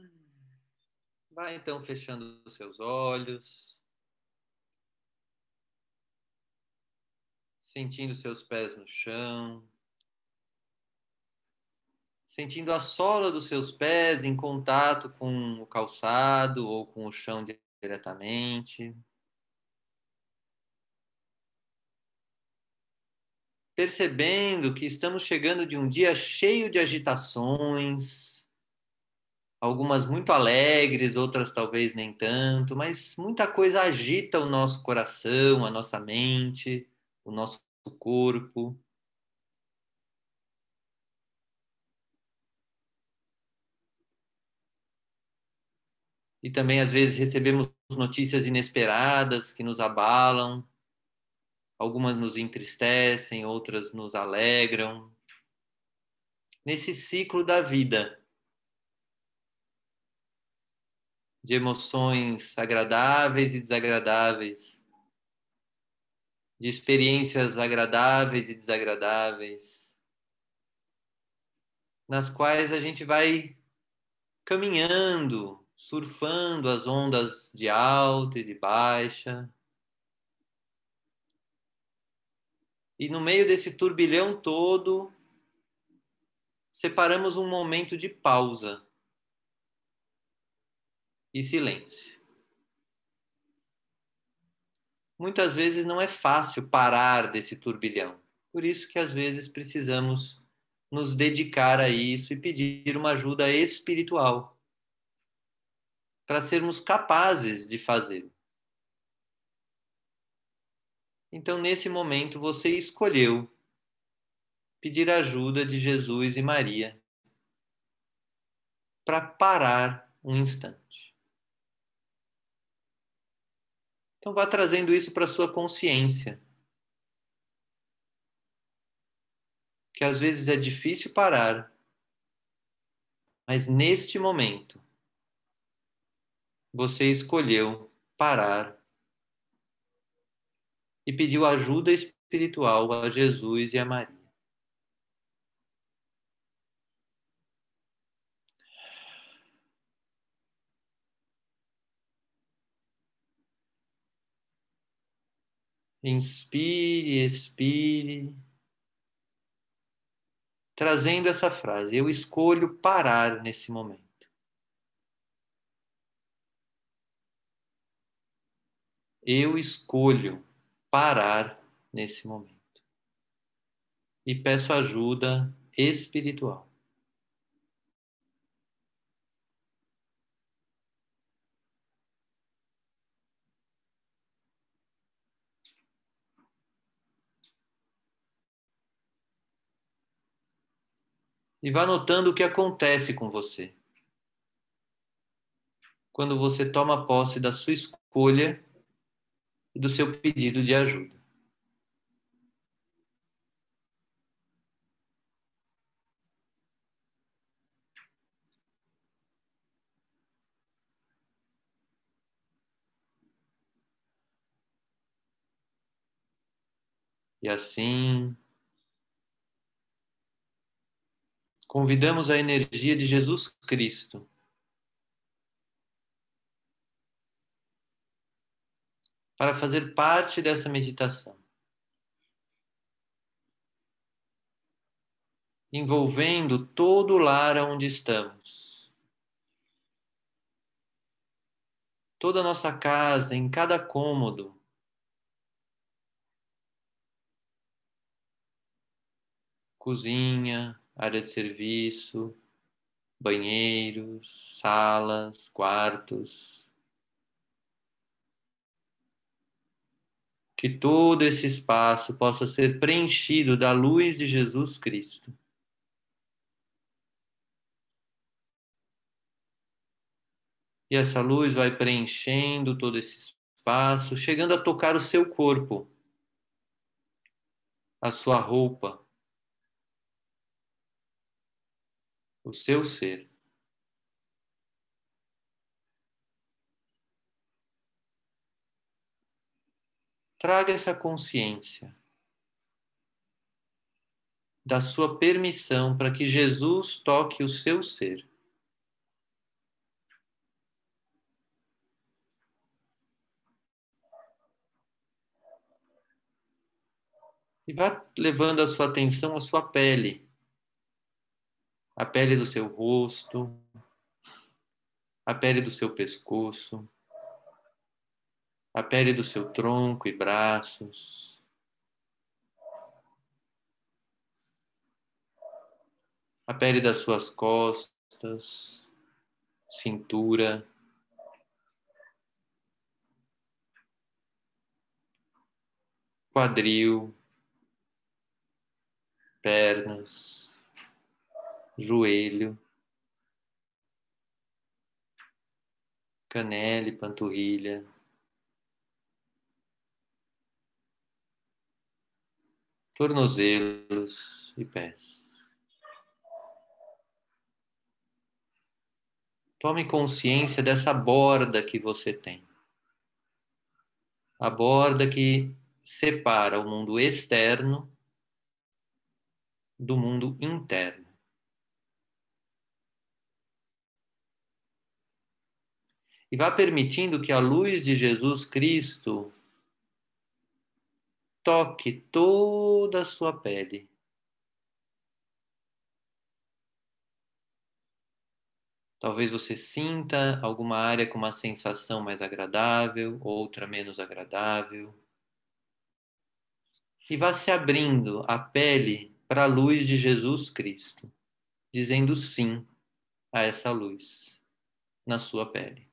Vai então fechando os seus olhos, sentindo seus pés no chão, sentindo a sola dos seus pés em contato com o calçado ou com o chão diretamente. Percebendo que estamos chegando de um dia cheio de agitações, algumas muito alegres, outras talvez nem tanto, mas muita coisa agita o nosso coração, a nossa mente, o nosso corpo. E também, às vezes, recebemos notícias inesperadas que nos abalam, algumas nos entristecem, outras nos alegram. Nesse ciclo da vida, de emoções agradáveis e desagradáveis, de experiências agradáveis e desagradáveis, nas quais a gente vai caminhando, surfando as ondas de alta e de baixa. E no meio desse turbilhão todo, separamos um momento de pausa e silêncio. Muitas vezes não é fácil parar desse turbilhão. Por isso que às vezes precisamos nos dedicar a isso e pedir uma ajuda espiritual para sermos capazes de fazê-lo. Então, nesse momento, você escolheu pedir a ajuda de Jesus e Maria para parar um instante. Então, vá trazendo isso para a sua consciência. Que às vezes é difícil parar, mas neste momento, você escolheu parar e pediu ajuda espiritual a Jesus e a Maria. Inspire, expire, trazendo essa frase: eu escolho parar nesse momento. Eu escolho parar nesse momento. E peço ajuda espiritual. E vá notando o que acontece com você quando você toma posse da sua escolha e do seu pedido de ajuda. E assim, convidamos a energia de Jesus Cristo para fazer parte dessa meditação, envolvendo todo o lar onde estamos, toda a nossa casa, em cada cômodo, cozinha, área de serviço, banheiros, salas, quartos. Que todo esse espaço possa ser preenchido da luz de Jesus Cristo. E essa luz vai preenchendo todo esse espaço, chegando a tocar o seu corpo, a sua roupa, o seu ser. Traga essa consciência da sua permissão para que Jesus toque o seu ser. E vá levando a sua atenção à sua pele, a pele do seu rosto, a pele do seu pescoço, a pele do seu tronco e braços, a pele das suas costas, cintura, quadril, pernas, joelho, canela e panturrilha, tornozelos e pés. Tome consciência dessa borda que você tem. A borda que separa o mundo externo do mundo interno. E vá permitindo que a luz de Jesus Cristo toque toda a sua pele. Talvez você sinta alguma área com uma sensação mais agradável, outra menos agradável. E vá se abrindo a pele para a luz de Jesus Cristo, dizendo sim a essa luz na sua pele.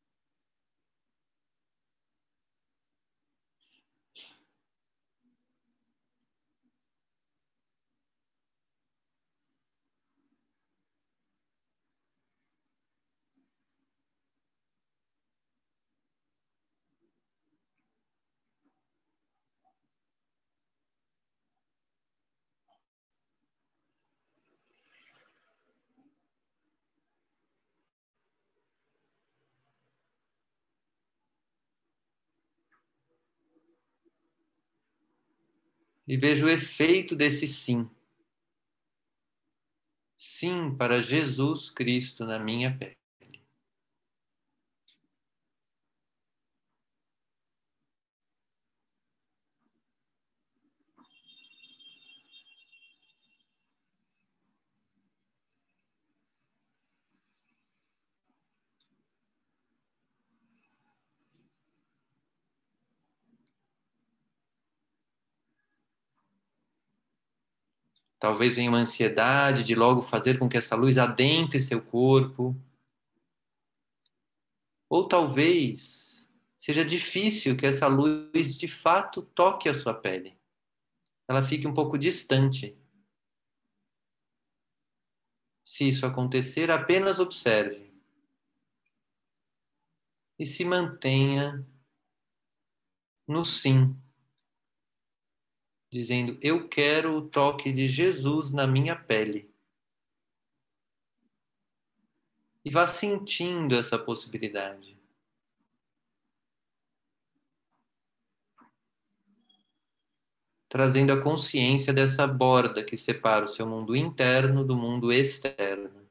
E veja o efeito desse sim. Sim para Jesus Cristo na minha pele. Talvez venha uma ansiedade de logo fazer com que essa luz adentre seu corpo. Ou talvez seja difícil que essa luz de fato toque a sua pele. Ela fique um pouco distante. Se isso acontecer, apenas observe e se mantenha no sim, dizendo: Eu quero o toque de Jesus na minha pele. E vá sentindo essa possibilidade. Trazendo a consciência dessa borda que separa o seu mundo interno do mundo externo.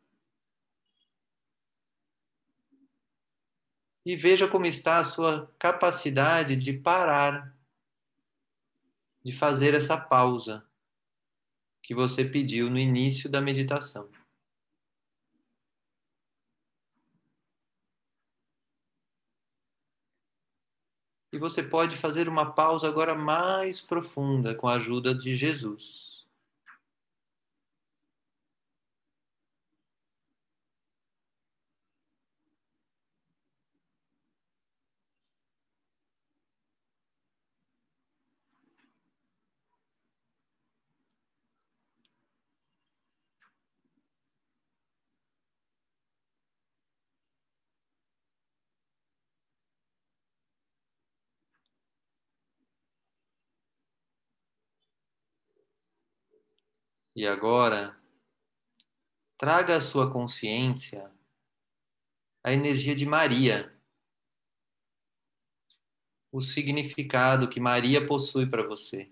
E veja como está a sua capacidade de parar, de fazer essa pausa que você pediu no início da meditação. E você pode fazer uma pausa agora mais profunda com a ajuda de Jesus. E agora, traga à sua consciência a energia de Maria, o significado que Maria possui para você.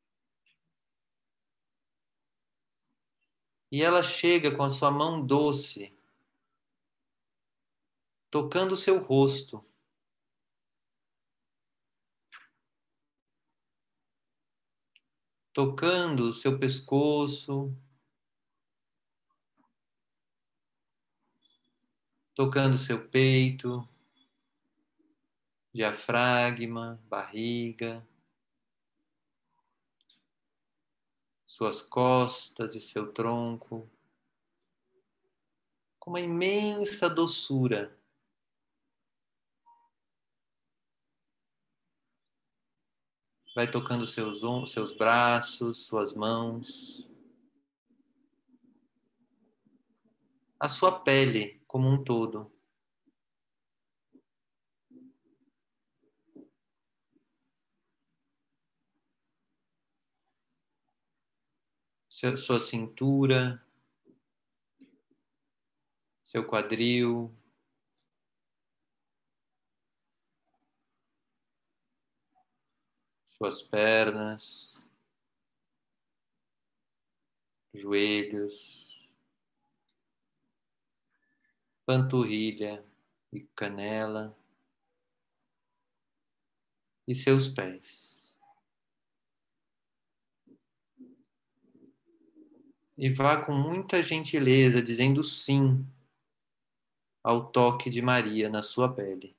E ela chega com a sua mão doce, tocando o seu rosto, tocando o seu pescoço, tocando o seu peito, diafragma, barriga, suas costas e seu tronco, com uma imensa doçura. Vai tocando seus braços, suas mãos, a sua pele como um todo. Sua cintura, seu quadril, suas pernas, joelhos, panturrilha e canela e seus pés. E vá com muita gentileza dizendo sim ao toque de Maria na sua pele.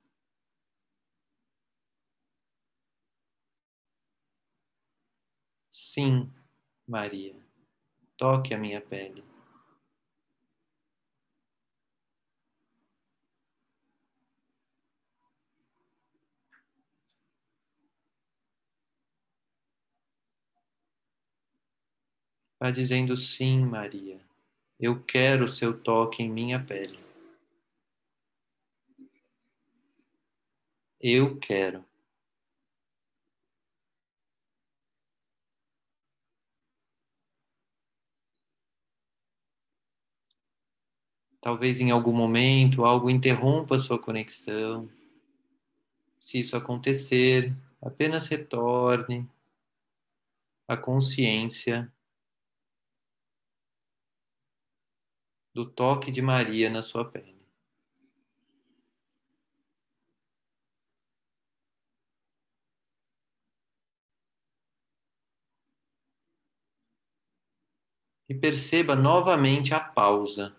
Sim, Maria, toque a minha pele. Vá dizendo sim, Maria. Eu quero o seu toque em minha pele. Eu quero. Talvez em algum momento algo interrompa a sua conexão. Se isso acontecer, apenas retorne à consciência do toque de Maria na sua pele. E perceba novamente a pausa,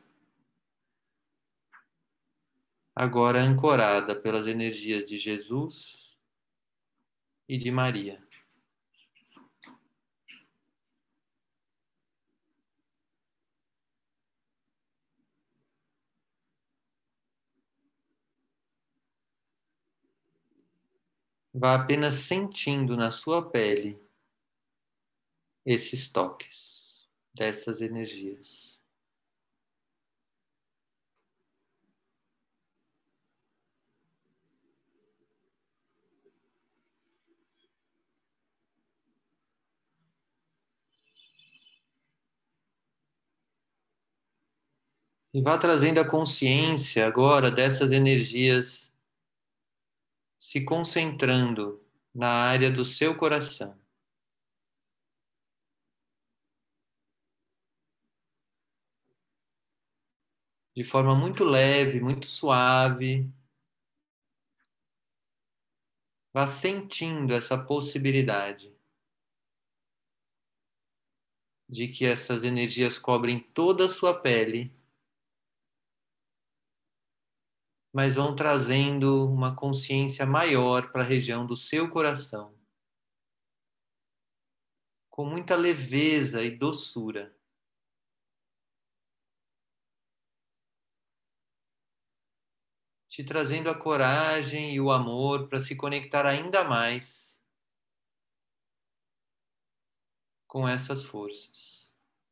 agora ancorada pelas energias de Jesus e de Maria. Vá apenas sentindo na sua pele esses toques dessas energias. E vá trazendo a consciência agora dessas energias se concentrando na área do seu coração. De forma muito leve, muito suave, vá sentindo essa possibilidade de que essas energias cobrem toda a sua pele, mas vão trazendo uma consciência maior para a região do seu coração, com muita leveza e doçura, te trazendo a coragem e o amor para se conectar ainda mais com essas forças.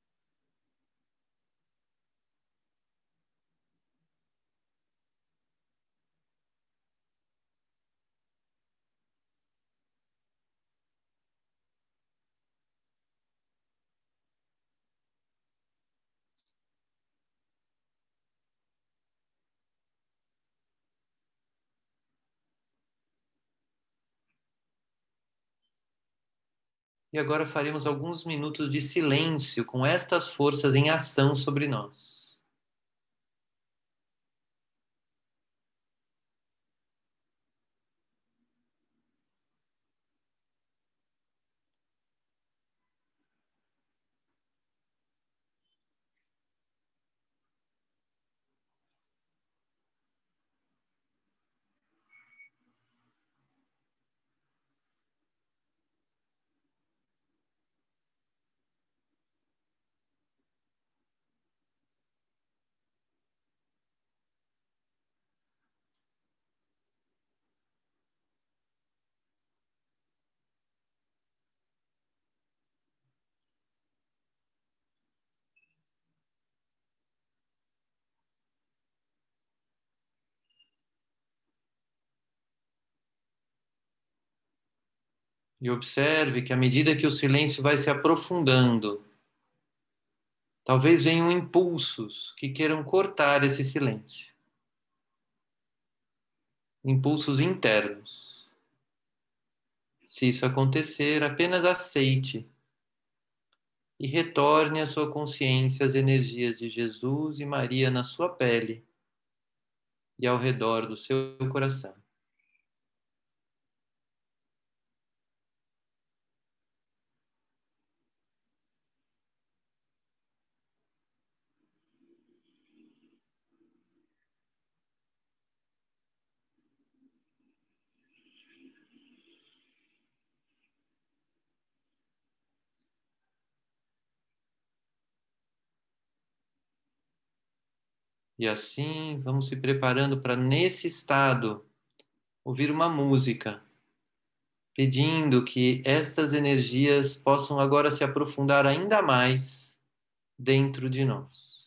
E agora faremos alguns minutos de silêncio com estas forças em ação sobre nós. E observe que à medida que o silêncio vai se aprofundando, talvez venham impulsos que queiram cortar esse silêncio. Impulsos internos. Se isso acontecer, apenas aceite e retorne à sua consciência as energias de Jesus e Maria na sua pele e ao redor do seu coração. E assim, vamos se preparando para, nesse estado, ouvir uma música, pedindo que estas energias possam agora se aprofundar ainda mais dentro de nós.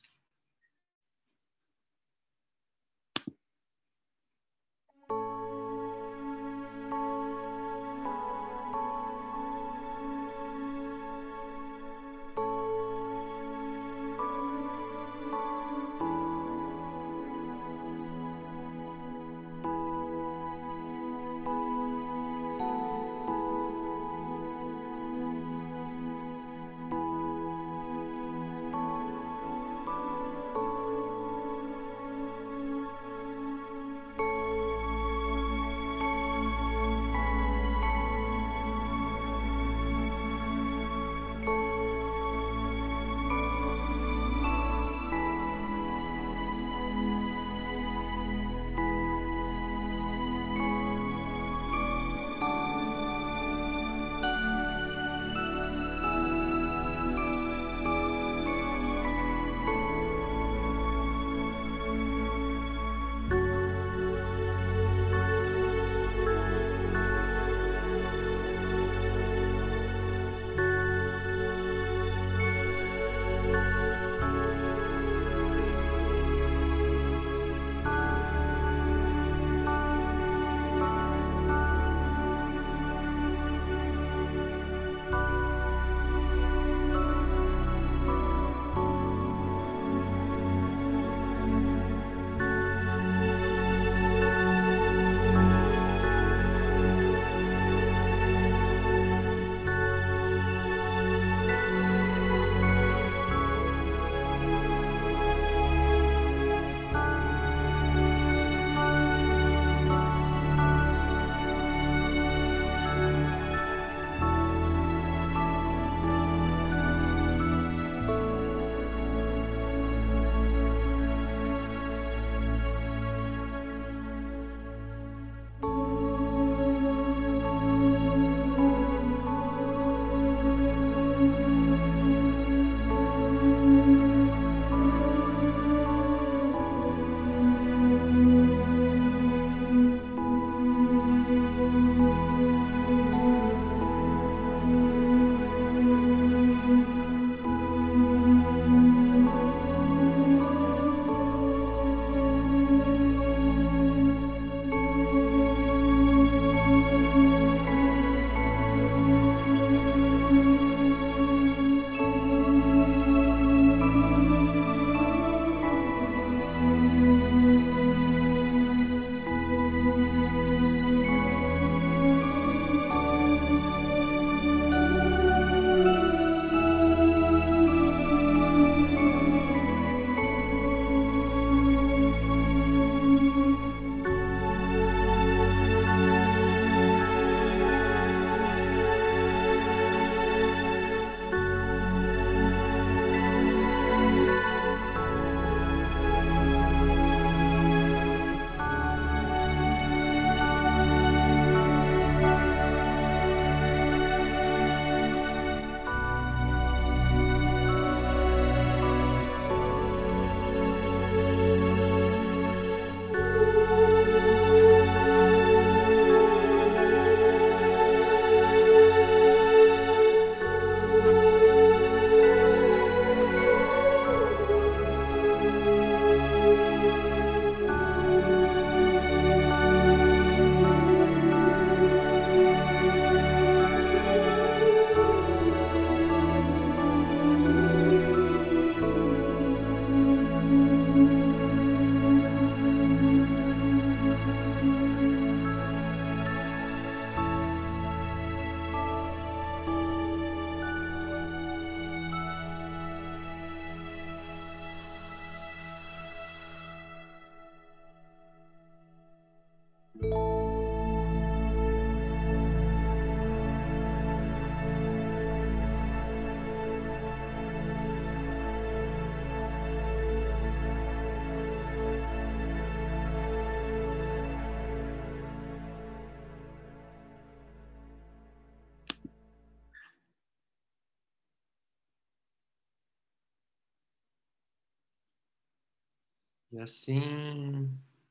E assim,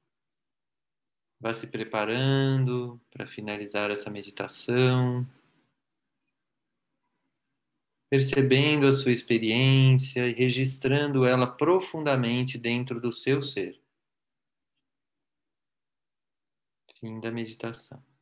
vá se preparando para finalizar essa meditação, percebendo a sua experiência e registrando ela profundamente dentro do seu ser. Fim da meditação.